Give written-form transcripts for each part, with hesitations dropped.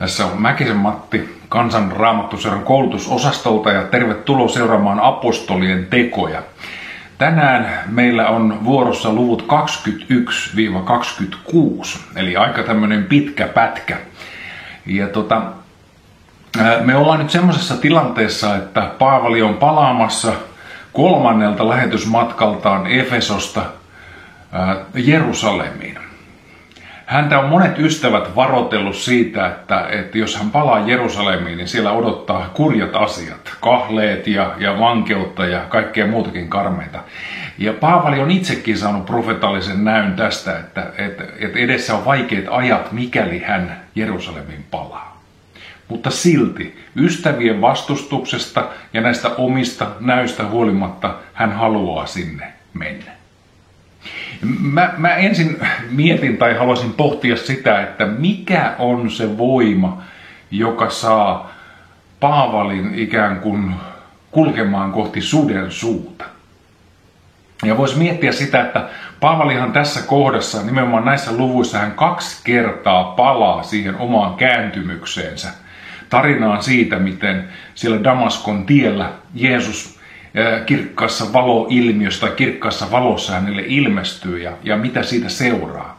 Tässä on Mäkisen Matti Kansan Raamattuseuran koulutusosastolta ja tervetuloa seuraamaan apostolien tekoja. Tänään meillä on vuorossa luvut 21-26, eli aika tämmönen pitkä pätkä. Ja me ollaan nyt semmoisessa tilanteessa, että Paavali on palaamassa kolmannelta lähetysmatkaltaan Efesosta Jerusalemiin. Häntä on monet ystävät varoitellut siitä, että jos hän palaa Jerusalemiin, niin siellä odottaa kurjat asiat, kahleet ja vankeutta ja kaikkea muutakin karmeita. Ja Paavali on itsekin saanut profetaalisen näyn tästä, että edessä on vaikeat ajat, mikäli hän Jerusalemiin palaa. Mutta silti ystävien vastustuksesta ja näistä omista näystä huolimatta hän haluaa sinne mennä. Mä ensin mietin tai haluaisin pohtia sitä, että mikä on se voima, joka saa Paavalin ikään kuin kulkemaan kohti suden suuta. Ja voisi miettiä sitä, että Paavalihan tässä kohdassa, nimenomaan näissä luvuissa, hän 2 kertaa palaa siihen omaan kääntymykseensä. Tarinaan siitä, miten siellä Damaskon tiellä Jeesus kirkkaassa valoilmiössä tai kirkkaassa valossa hänelle ilmestyy ja mitä siitä seuraa.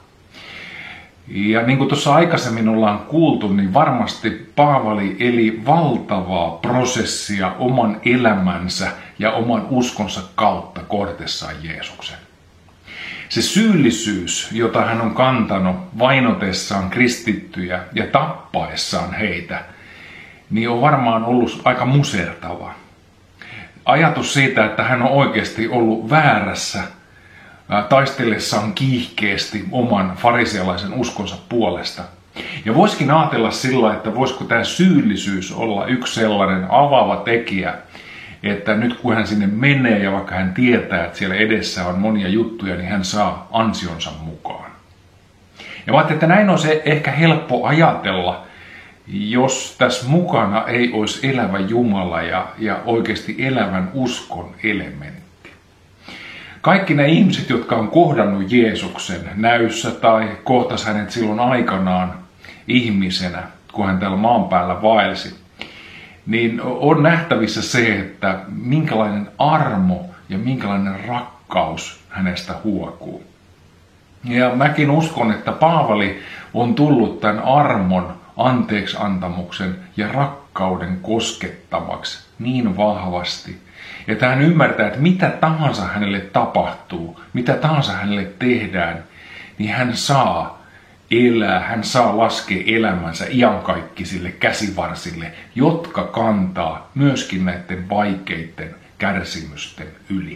Ja niin kuin tuossa aikaisemmin ollaan kuultu, niin varmasti Paavali eli valtavaa prosessia oman elämänsä ja oman uskonsa kautta kohdatessaan Jeesuksen. Se syyllisyys, jota hän on kantanut vainotessaan kristittyjä ja tappaessaan heitä, niin on varmaan ollut aika musertava. Ajatus siitä, että hän on oikeasti ollut väärässä taistellessaan kiihkeästi oman farisealaisen uskonsa puolesta. Ja voisikin ajatella sillä, että voisiko tämä syyllisyys olla yksi sellainen avaava tekijä, että nyt kun hän sinne menee ja vaikka hän tietää, että siellä edessä on monia juttuja, niin hän saa ansionsa mukaan. Ja ajattelin, että näin on se ehkä helppo ajatella, jos tässä mukana ei olisi elävä Jumala ja oikeasti elävän uskon elementti. Kaikki ne ihmiset, jotka on kohdannut Jeesuksen näyssä tai kohtas hänet silloin aikanaan ihmisenä, kun hän täällä maan päällä vaelsi, niin on nähtävissä se, että minkälainen armo ja minkälainen rakkaus hänestä huokuu. Ja mäkin uskon, että Paavali on tullut tämän armon, anteeksiantamuksen ja rakkauden koskettamaksi niin vahvasti, että hän ymmärtää, että mitä tahansa hänelle tapahtuu, mitä tahansa hänelle tehdään, niin hän saa elää, hän saa laskea elämänsä iankaikkisille käsivarsille, jotka kantaa myöskin näiden vaikeiden kärsimysten yli.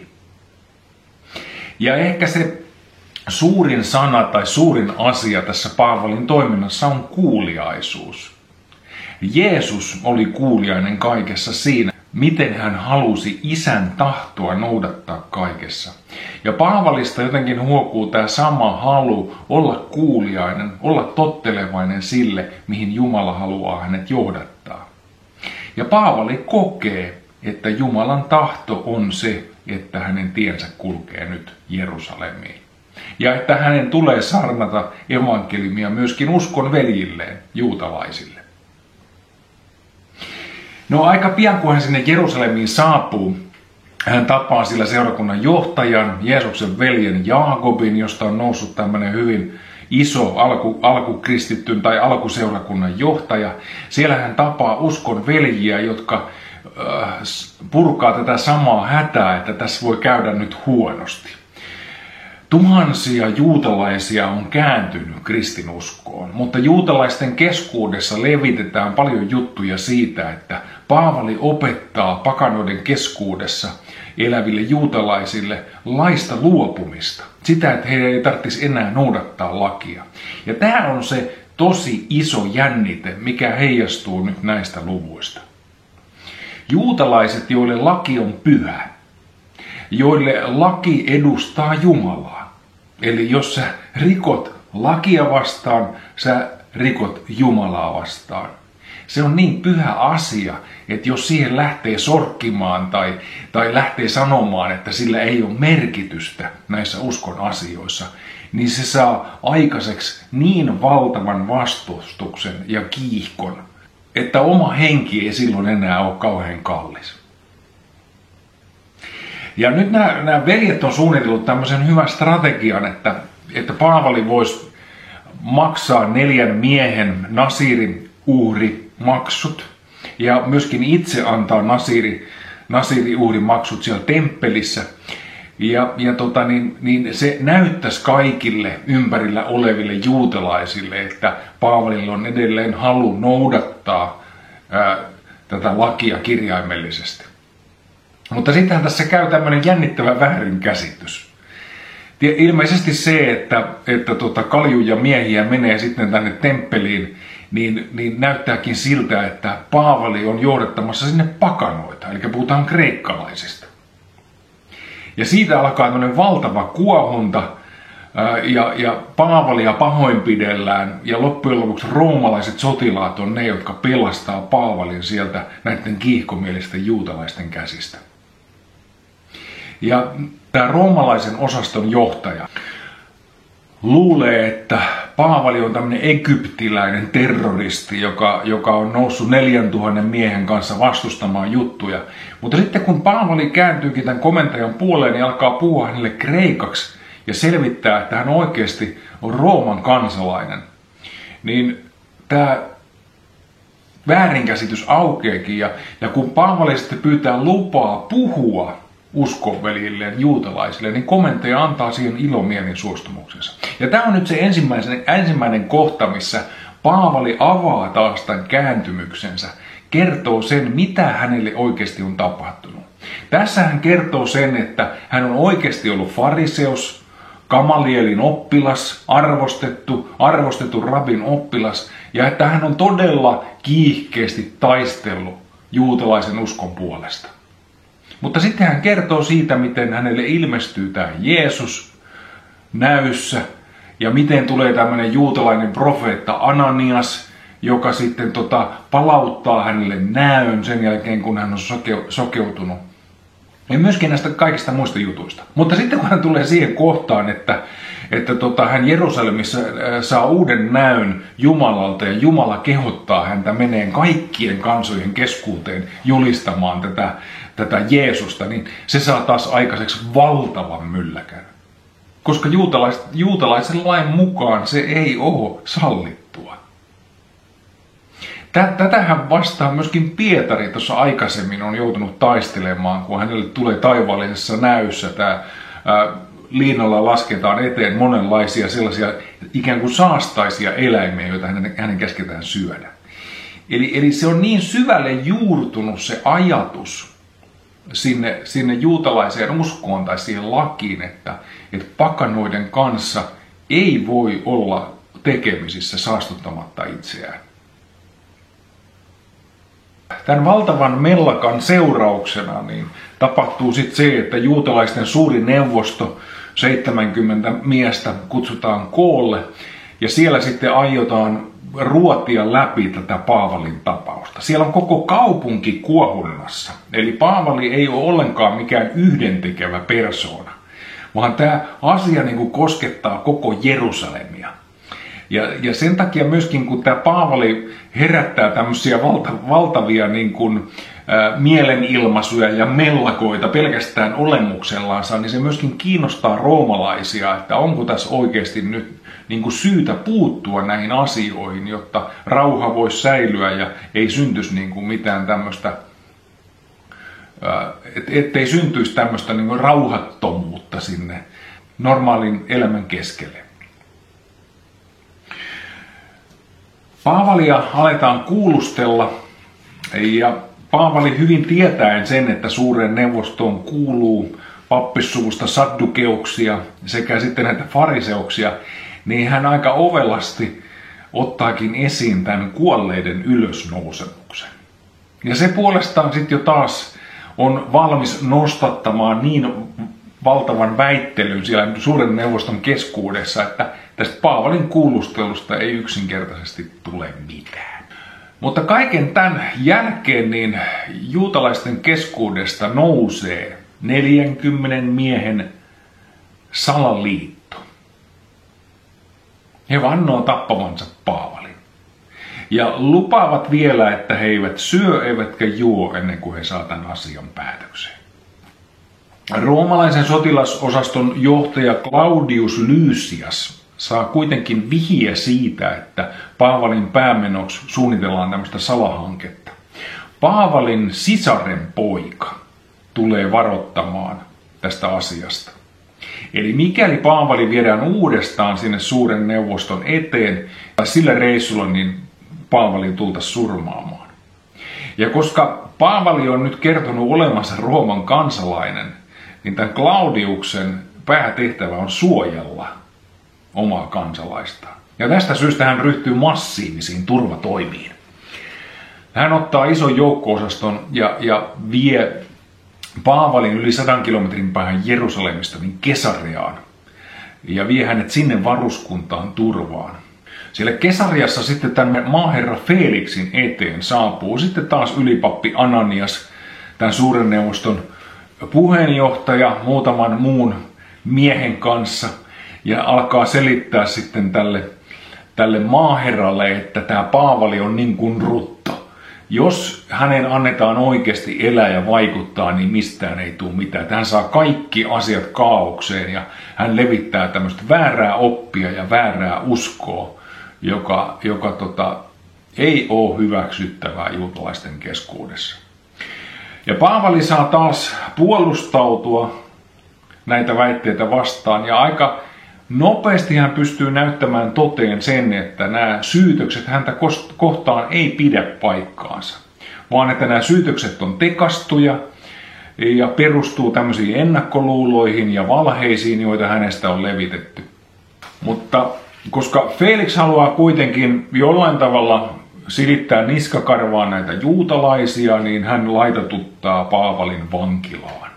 Ja ehkä se suurin sana tai suurin asia tässä Paavalin toiminnassa on kuuliaisuus. Jeesus oli kuuliainen kaikessa siinä, miten hän halusi Isän tahtoa noudattaa kaikessa. Ja Paavalista jotenkin huokuu tämä sama halu olla kuuliainen, olla tottelevainen sille, mihin Jumala haluaa hänet johdattaa. Ja Paavali kokee, että Jumalan tahto on se, että hänen tiensä kulkee nyt Jerusalemiin. Ja että hänen tulee saarnata evankeliumia myöskin uskon veljilleen, juutalaisille. No aika pian kun hän sinne Jerusalemiin saapuu, hän tapaa sillä seurakunnan johtajan, Jeesuksen veljen Jaakobin, josta on noussut tämmöinen hyvin iso alkukristitty tai alkuseurakunnan johtaja. Siellä hän tapaa uskon veljiä, jotka purkaa tätä samaa hätää, että tässä voi käydä nyt huonosti. Tuhansia juutalaisia on kääntynyt kristinuskoon, mutta juutalaisten keskuudessa levitetään paljon juttuja siitä, että Paavali opettaa pakanoiden keskuudessa eläville juutalaisille laista luopumista. Sitä, että heidän ei tarvitsisi enää noudattaa lakia. Ja tämä on se tosi iso jännite, mikä heijastuu nyt näistä luvuista. Juutalaiset, joille laki on pyhä, joille laki edustaa Jumalaa. Eli jos sä rikot lakia vastaan, sä rikot Jumalaa vastaan. Se on niin pyhä asia, että jos siihen lähtee sorkkimaan tai lähtee sanomaan, että sillä ei ole merkitystä näissä uskon asioissa, niin se saa aikaiseksi niin valtavan vastustuksen ja kiihkon, että oma henki ei silloin enää ole kauhean kallis. Ja nyt nämä veljet on suunnitellut tämmöisen hyvän strategian, että Paavali voisi maksaa 4 miehen nasiiri-uhrimaksut ja myöskin itse antaa nasiiri-uhrimaksut siellä temppelissä. Ja se näyttäisi kaikille ympärillä oleville juutalaisille, että Paavalilla on edelleen halu noudattaa tätä lakia kirjaimellisesti. Mutta sittenhän tässä käy tämmöinen jännittävä väärinkäsitys. Ilmeisesti se, että kaljuja miehiä menee sitten tänne temppeliin, niin näyttääkin siltä, että Paavali on johdattamassa sinne pakanoita, eli puhutaan kreikkalaisista. Ja siitä alkaa tämmöinen valtava kuohunta, ja Paavalia pahoinpidellään, ja loppujen lopuksi roomalaiset sotilaat on ne, jotka pelastaa Paavalin sieltä näiden kiihkomielisten juutalaisten käsistä. Ja tämä roomalaisen osaston johtaja luulee, että Paavali on tämmöinen egyptiläinen terroristi, joka on noussut 4000 miehen kanssa vastustamaan juttuja. Mutta sitten kun Paavali kääntyykin tämän komentajan puoleen, niin alkaa puhua hänelle kreikaksi ja selvittää, että hän oikeasti on Rooman kansalainen. Niin tämä väärinkäsitys aukeekin, ja kun Paavali sitten pyytää lupaa puhua uskonveljilleen juutalaisille, niin komentaja antaa siihen ilomielin suostumuksensa. Ja tämä on nyt se ensimmäinen kohta, missä Paavali avaa taas tämän kääntymyksensä, kertoo sen, mitä hänelle oikeasti on tapahtunut. Tässä hän kertoo sen, että hän on oikeasti ollut fariseus, Gamalielin oppilas, arvostettu rabin oppilas, ja että hän on todella kiihkeästi taistellut juutalaisen uskon puolesta. Mutta sitten hän kertoo siitä, miten hänelle ilmestyy tämä Jeesus näyssä, ja miten tulee tämmöinen juutalainen profeetta Ananias, joka sitten palauttaa hänelle näön sen jälkeen, kun hän on sokeutunut. Ja myöskin näistä kaikista muista jutuista. Mutta sitten kun hän tulee siihen kohtaan, että hän Jerusalemissa saa uuden näön Jumalalta, ja Jumala kehottaa häntä meneen kaikkien kansojen keskuuteen julistamaan tätä Jeesusta, niin se saa taas aikaiseksi valtavan mylläkän. Koska juutalaisen lain mukaan se ei ole sallittua. Tätähän vastaan myöskin Pietari tuossa aikaisemmin on joutunut taistelemaan, kun hänelle tulee taivaallisessa näyssä tämä liinalla lasketaan eteen monenlaisia sellaisia ikään kuin saastaisia eläimiä, joita hänen käsketään syödä. Eli se on niin syvälle juurtunut se ajatus sinne juutalaiseen uskoon tai siihen lakiin, että pakanoiden kanssa ei voi olla tekemisissä saastuttamatta itseään. Tämän valtavan mellakan seurauksena niin tapahtuu sitten se, että juutalaisten suuri neuvosto, 70 miestä, kutsutaan koolle, ja siellä sitten aiotaan ruotia läpi tätä Paavalin tapausta. Siellä on koko kaupunki kuohunnassa, eli Paavali ei ole ollenkaan mikään yhdentekevä persoona, vaan tämä asia niin kuin koskettaa koko Jerusalemia. Ja sen takia myöskin, kun tämä Paavali herättää tämmöisiä valtavia niin kuin, mielenilmaisuja ja mellakoita pelkästään olemuksellaansa, niin se myöskin kiinnostaa roomalaisia, että onko tässä oikeasti nyt niin kuin syytä puuttua näihin asioihin, jotta rauha voisi säilyä ja ei syntyisi niin kuin mitään tämmöistä, ettei syntyisi tämmöistä niin kuin rauhattomuutta sinne normaalin elämän keskelle. Paavalia aletaan kuulustella, ja Paavali hyvin tietäen sen, että suureen neuvostoon kuuluu pappissuvusta saddukeuksia sekä sitten näitä fariseuksia, niin hän aika ovelasti ottaakin esiin tämän kuolleiden ylösnousemuksen. Ja se puolestaan sitten jo taas on valmis nostattamaan niin valtavan väittelyn siellä suuren neuvoston keskuudessa, että tästä Paavalin kuulustelusta ei yksinkertaisesti tule mitään. Mutta kaiken tämän jälkeen niin juutalaisten keskuudesta nousee 40 miehen salaliitto. He vannoo tappavansa Paavalin. Ja lupaavat vielä, että he eivät syö eivätkä juo ennen kuin he saa tämän asian päätökseen. Roomalaisen sotilasosaston johtaja Claudius Lysias saa kuitenkin vihiä siitä, että Paavalin päämenoksi suunnitellaan tämmöistä salahanketta. Paavalin sisaren poika tulee varoittamaan tästä asiasta. Eli mikäli Paavali viedään uudestaan sinne suuren neuvoston eteen tai sillä reissulla, niin Paavali tultaisiin surmaamaan. Ja koska Paavali on nyt kertonut olemansa Rooman kansalainen, niin tämän Claudiuksen päätehtävä on suojella omaa kansalaistaan. Ja tästä syystä hän ryhtyy massiivisiin turvatoimiin. Hän ottaa ison joukko-osaston ja vie Paavalin yli 100 kilometrin päähän Jerusalemista niin Kesareaan ja vie hänet sinne varuskuntaan turvaan. Siellä Kesariassa sitten tämän maaherra Felixin eteen saapuu sitten taas ylipappi Ananias, tämän suuren neuvoston puheenjohtaja muutaman muun miehen kanssa ja alkaa selittää sitten tälle maaherralle, että tämä Paavali on niin kuin rutto. Jos hänen annetaan oikeasti elää ja vaikuttaa, niin mistään ei tule mitään. Hän saa kaikki asiat kaaukseen ja hän levittää tämmöistä väärää oppia ja väärää uskoa, joka ei ole hyväksyttävää juutalaisten keskuudessa. Ja Paavali saa taas puolustautua näitä väitteitä vastaan ja aika nopeasti hän pystyy näyttämään toteen sen, että nämä syytökset häntä kohtaan ei pidä paikkaansa, vaan että nämä syytökset on tekastuja ja perustuu tämmöisiin ennakkoluuloihin ja valheisiin, joita hänestä on levitetty. Mutta koska Felix haluaa kuitenkin jollain tavalla silittää niskakarvaan näitä juutalaisia, niin hän laitatuttaa Paavalin vankilaan.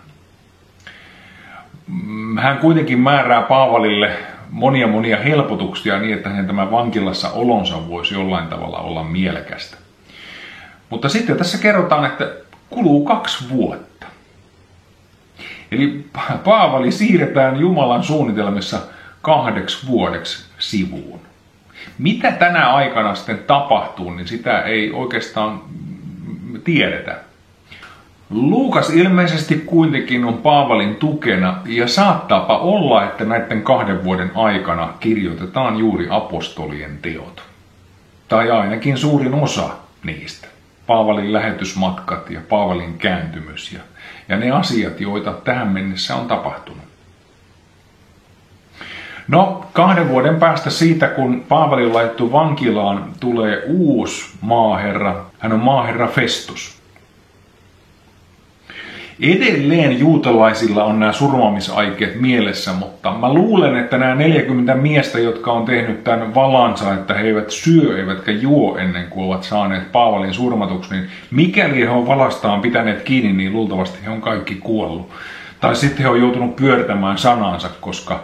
Hän kuitenkin määrää Paavalille monia helpotuksia niin, että hänen tämä vankilassa olonsa voisi jollain tavalla olla mielekästä. Mutta sitten tässä kerrotaan, että kuluu 2 vuotta. Eli Paavali siirretään Jumalan suunnitelmissa 2 vuodeksi sivuun. Mitä tänä aikana sitten tapahtuu, niin sitä ei oikeastaan tiedetä. Luukas ilmeisesti kuitenkin on Paavalin tukena ja saattaapa olla, että näiden 2 vuoden aikana kirjoitetaan juuri apostolien teot. Tai ainakin suurin osa niistä. Paavalin lähetysmatkat ja Paavalin kääntymys ja ne asiat, joita tähän mennessä on tapahtunut. No, 2 vuoden päästä siitä, kun Paavali on laittu vankilaan, tulee uusi maaherra. Hän on maaherra Festus. Edelleen juutalaisilla on nämä surmaamisaikeet mielessä, mutta mä luulen, että nämä 40 miestä, jotka on tehnyt tämän valansa, että he eivät syö eivätkä juo ennen kuin ovat saaneet Paavalin surmatuksi, niin mikäli he on valastaan pitäneet kiinni, niin luultavasti he on kaikki kuollut. Tai sitten he on joutunut pyörtämään sanansa, koska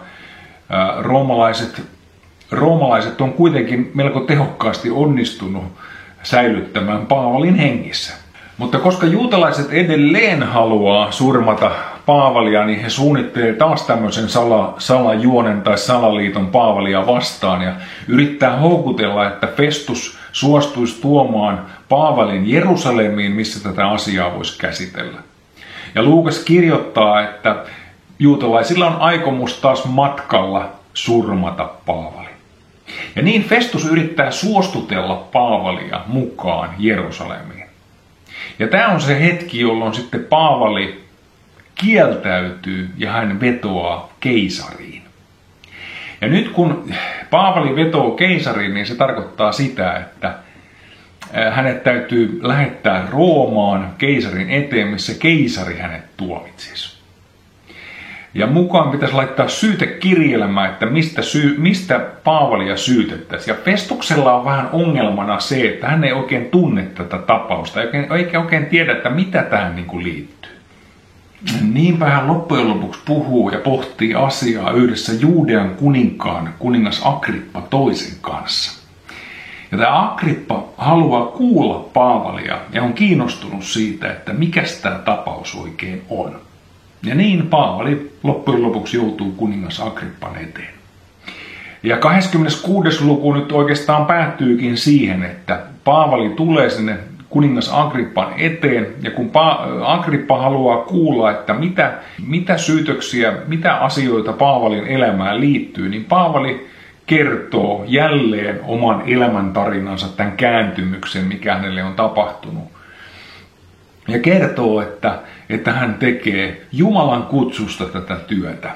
roomalaiset on kuitenkin melko tehokkaasti onnistunut säilyttämään Paavalin hengissä. Mutta koska juutalaiset edelleen haluaa surmata Paavalia, niin he suunnittelee taas tämmöisen salajuonen tai salaliiton Paavalia vastaan ja yrittää houkutella, että Festus suostuisi tuomaan Paavalin Jerusalemiin, missä tätä asiaa voisi käsitellä. Ja Luukas kirjoittaa, että juutalaisilla on aikomus taas matkalla surmata Paavali. Ja niin Festus yrittää suostutella Paavalia mukaan Jerusalemiin. Ja tämä on se hetki, jolloin sitten Paavali kieltäytyy ja hän vetoaa keisariin. Ja nyt kun Paavali vetoo keisariin, niin se tarkoittaa sitä, että hänet täytyy lähettää Roomaan keisarin eteen, missä keisari hänet tuomitsisi. Ja mukaan pitäisi laittaa syytekirjelmä, että mistä Paavalia syytettäisiin. Ja Festuksella on vähän ongelmana se, että hän ei oikein tunne tätä tapausta, eikä oikein tiedä, että mitä tähän liittyy. Niinpä hän loppujen lopuksi puhuu ja pohtii asiaa yhdessä Juudean kuningas Agrippa toisen kanssa. Ja tämä Agrippa haluaa kuulla Paavalia ja on kiinnostunut siitä, että mikäs tämä tapaus oikein on. Ja niin Paavali loppujen lopuksi joutuu kuningas Agrippan eteen. Ja 26. luku nyt oikeastaan päättyykin siihen, että Paavali tulee sinne kuningas Agrippan eteen, ja kun Agrippa haluaa kuulla, että mitä syytöksiä, mitä asioita Paavalin elämään liittyy, niin Paavali kertoo jälleen oman elämäntarinansa, tämän kääntymyksen, mikä hänelle on tapahtunut. Ja kertoo, että hän tekee Jumalan kutsusta tätä työtä.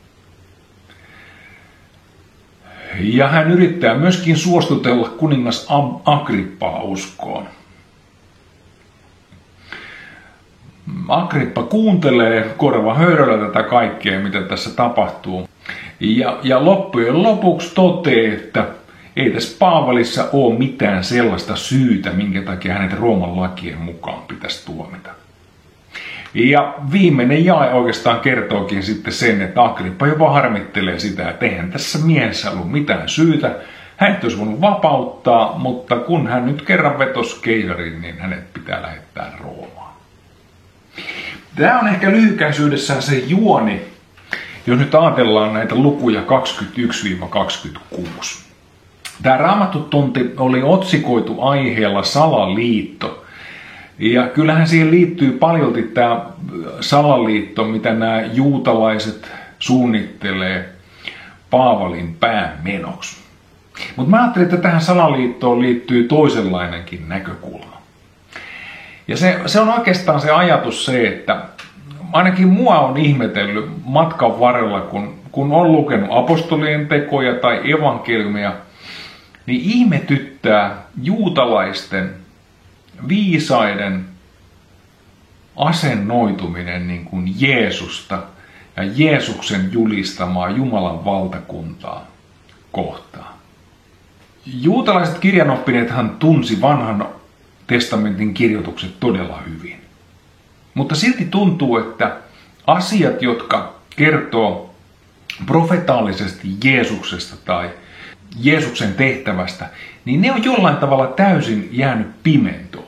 Ja hän yrittää myöskin suostutella kuningas Agrippaa uskoon. Agrippa kuuntelee korva höyryllä tätä kaikkea, mitä tässä tapahtuu. Ja loppujen lopuksi toteaa, että ei tässä Paavalissa ole mitään sellaista syytä, minkä takia hänet Rooman lakien mukaan pitäisi tuomita. Ja viimeinen jae oikeastaan kertookin sitten sen, että Agrippa jopa harmittelee sitä, että eihän tässä miehessä ollut mitään syytä. Hänet olisi voinut vapauttaa, mutta kun hän nyt kerran vetosi keisariin, niin hänet pitää lähettää Roomaan. Tämä on ehkä lyhykäisyydessään se juoni, jos nyt ajatellaan näitä lukuja 21-26. Tämä Raamattutunti oli otsikoitu aiheella salaliitto. Ja kyllähän siihen liittyy paljolti tämä salaliitto, mitä nämä juutalaiset suunnittelee Paavalin päämenoksi. Mutta mä ajattelin, että tähän salaliittoon liittyy toisenlainenkin näkökulma. Ja se on oikeastaan se ajatus se, että ainakin mua on ihmetellyt matkan varrella, kun on lukenut apostolien tekoja tai evankeliumia, niin ihmetyttää juutalaisten viisaiden asennoituminen niin kuin Jeesusta ja Jeesuksen julistamaa Jumalan valtakuntaa kohtaan. Juutalaiset kirjanoppineethan tunsi vanhan testamentin kirjoitukset todella hyvin. Mutta silti tuntuu, että asiat, jotka kertoo profetaalisesti Jeesuksesta tai Jeesuksen tehtävästä, niin ne on jollain tavalla täysin jäänyt pimentoon.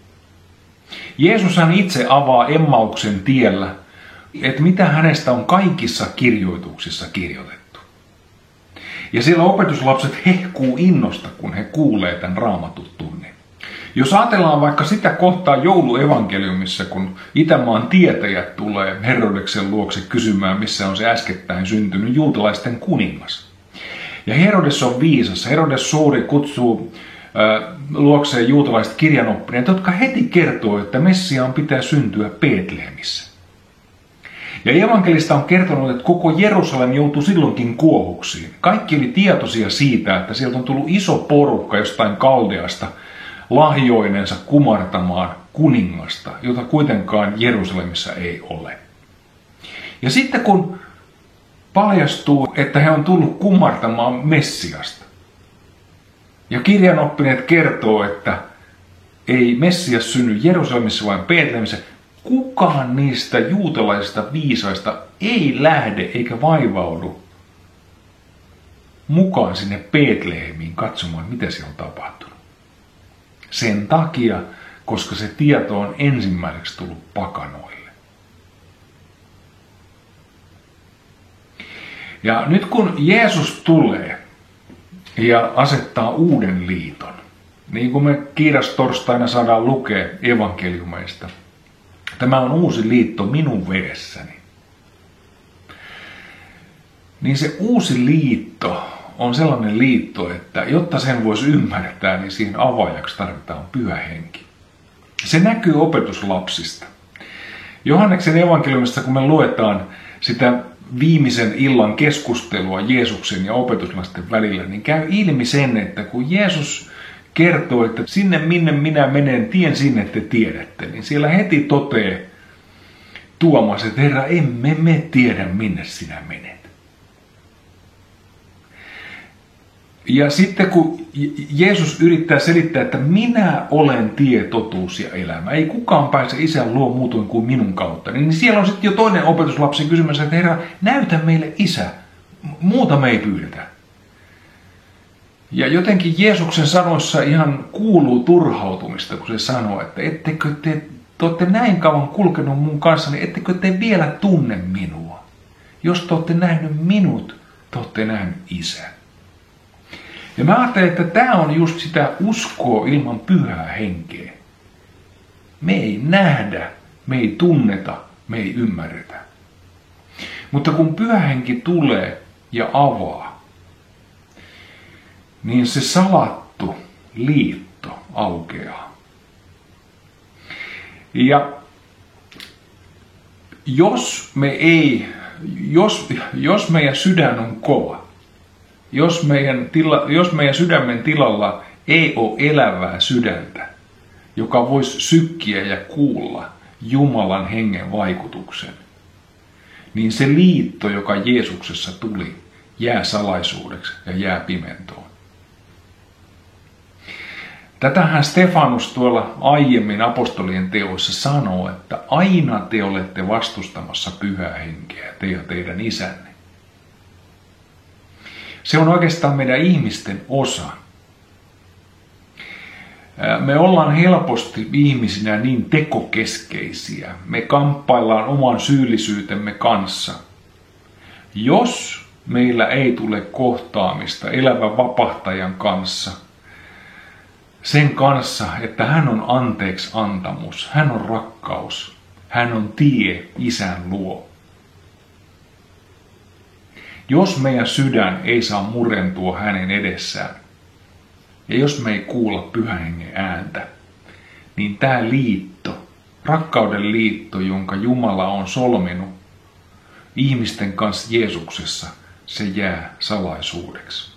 Jeesushan itse avaa Emmauksen tiellä, että mitä hänestä on kaikissa kirjoituksissa kirjoitettu. Ja siellä opetuslapset hehkuu innosta, kun he kuulee tämän Raamatun tunnin. Jos ajatellaan vaikka sitä kohtaa jouluevankeliumissa, kun Itämaan tietäjät tulee Herodeksen luokse kysymään, missä on se äskettäin syntynyt juutalaisten kuningas. Ja Herodes on viisas. Herodes suuri kutsuu luokseen juutalaiset kirjanoppineet, jotka heti kertoo, että Messiaan pitää syntyä Betlehemissä. Ja evankelista on kertonut, että koko Jerusalem joutui silloinkin kuohuksiin. Kaikki oli tietoisia siitä, että sieltä on tullut iso porukka jostain Kaldeasta lahjoinensa kumartamaan kuningasta, jota kuitenkaan Jerusalemissa ei ole. Ja sitten kun paljastuu, että he on tullut kumartamaan Messiasta, ja kirjanoppineet kertoo, että ei Messias synny Jerusalemissa vaan Betlehemissä, kukaan niistä juutalaisista viisaista ei lähde eikä vaivaudu mukaan sinne Betlehemiin katsomaan, mitä siellä on tapahtunut. Sen takia, koska se tieto on ensimmäiseksi tullut pakanoille. Ja nyt kun Jeesus tulee ja asettaa uuden liiton, niin kuin me kiirastorstaina saadaan lukea evankeliumeista, tämä on uusi liitto minun veressäni. Niin se uusi liitto on sellainen liitto, että jotta sen voisi ymmärtää, niin siihen avaajaksi tarvitaan Pyhä Henki. Se näkyy opetuslapsista. Johanneksen evankeliumista, kun me luetaan sitä viimeisen illan keskustelua Jeesuksen ja opetuslasten välillä, niin käy ilmi sen, että kun Jeesus kertoo, että sinne minne minä menen, tien sinne te tiedätte, niin siellä heti toteaa Tuomas, että Herra, emme me tiedä minne sinä menet. Ja sitten kun Jeesus yrittää selittää, että minä olen tie, totuus ja elämä, ei kukaan pääse Isän luo muutoin kuin minun kautta, niin siellä on sitten jo toinen opetuslapsi kysymässä, että Herra, näytä meille Isä, muuta me ei pyydetä. Ja jotenkin Jeesuksen sanoissa ihan kuuluu turhautumista, kun se sanoo, että ettekö te olette näin kauan kulkenut mun kanssa, niin ettekö te vielä tunne minua. Jos te olette nähnyt minut, te olette nähnyt Isän. Ja mä ajattelen, että tämä on just sitä uskoa ilman pyhää henkeä. Me ei nähdä, me ei tunneta, me ei ymmärretä. Mutta kun pyhä henki tulee ja avaa, niin se salattu liitto aukeaa. Ja jos meidän sydän on kova, jos meidän sydämen tilalla ei ole elävää sydäntä, joka voisi sykkiä ja kuulla Jumalan hengen vaikutuksen, niin se liitto, joka Jeesuksessa tuli, jää salaisuudeksi ja jää pimentoon. Tätähän Stefanus tuolla aiemmin apostolien teoissa sanoo, että aina te olette vastustamassa pyhää henkeä, te ja teidän isänne. Se on oikeastaan meidän ihmisten osa. Me ollaan helposti ihmisinä niin tekokeskeisiä. Me kamppaillaan oman syyllisyytemme kanssa. Jos meillä ei tule kohtaamista elävän vapahtajan kanssa, sen kanssa, että hän on anteeksi antamus, hän on rakkaus, hän on tie isän luo. Jos meidän sydän ei saa murentua hänen edessään, ja jos me ei kuulla pyhän hengen ääntä, niin tämä liitto, rakkauden liitto, jonka Jumala on solminut ihmisten kanssa Jeesuksessa, se jää salaisuudeksi.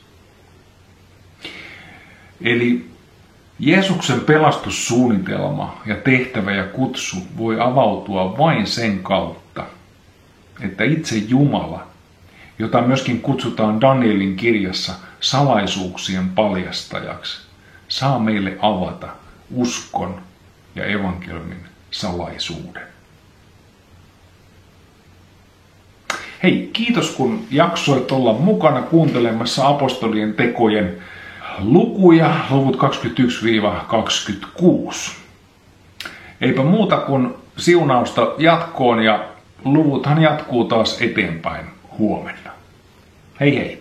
Eli Jeesuksen pelastussuunnitelma ja tehtävä ja kutsu voi avautua vain sen kautta, että itse Jumala, jota myöskin kutsutaan Danielin kirjassa salaisuuksien paljastajaksi, saa meille avata uskon ja evankeliumin salaisuuden. Hei, kiitos kun jaksoit olla mukana kuuntelemassa apostolien tekojen lukuja, luvut 21-26. Eipä muuta kuin siunausta jatkoon ja luvuthan jatkuu taas eteenpäin huomenna. Hei hei!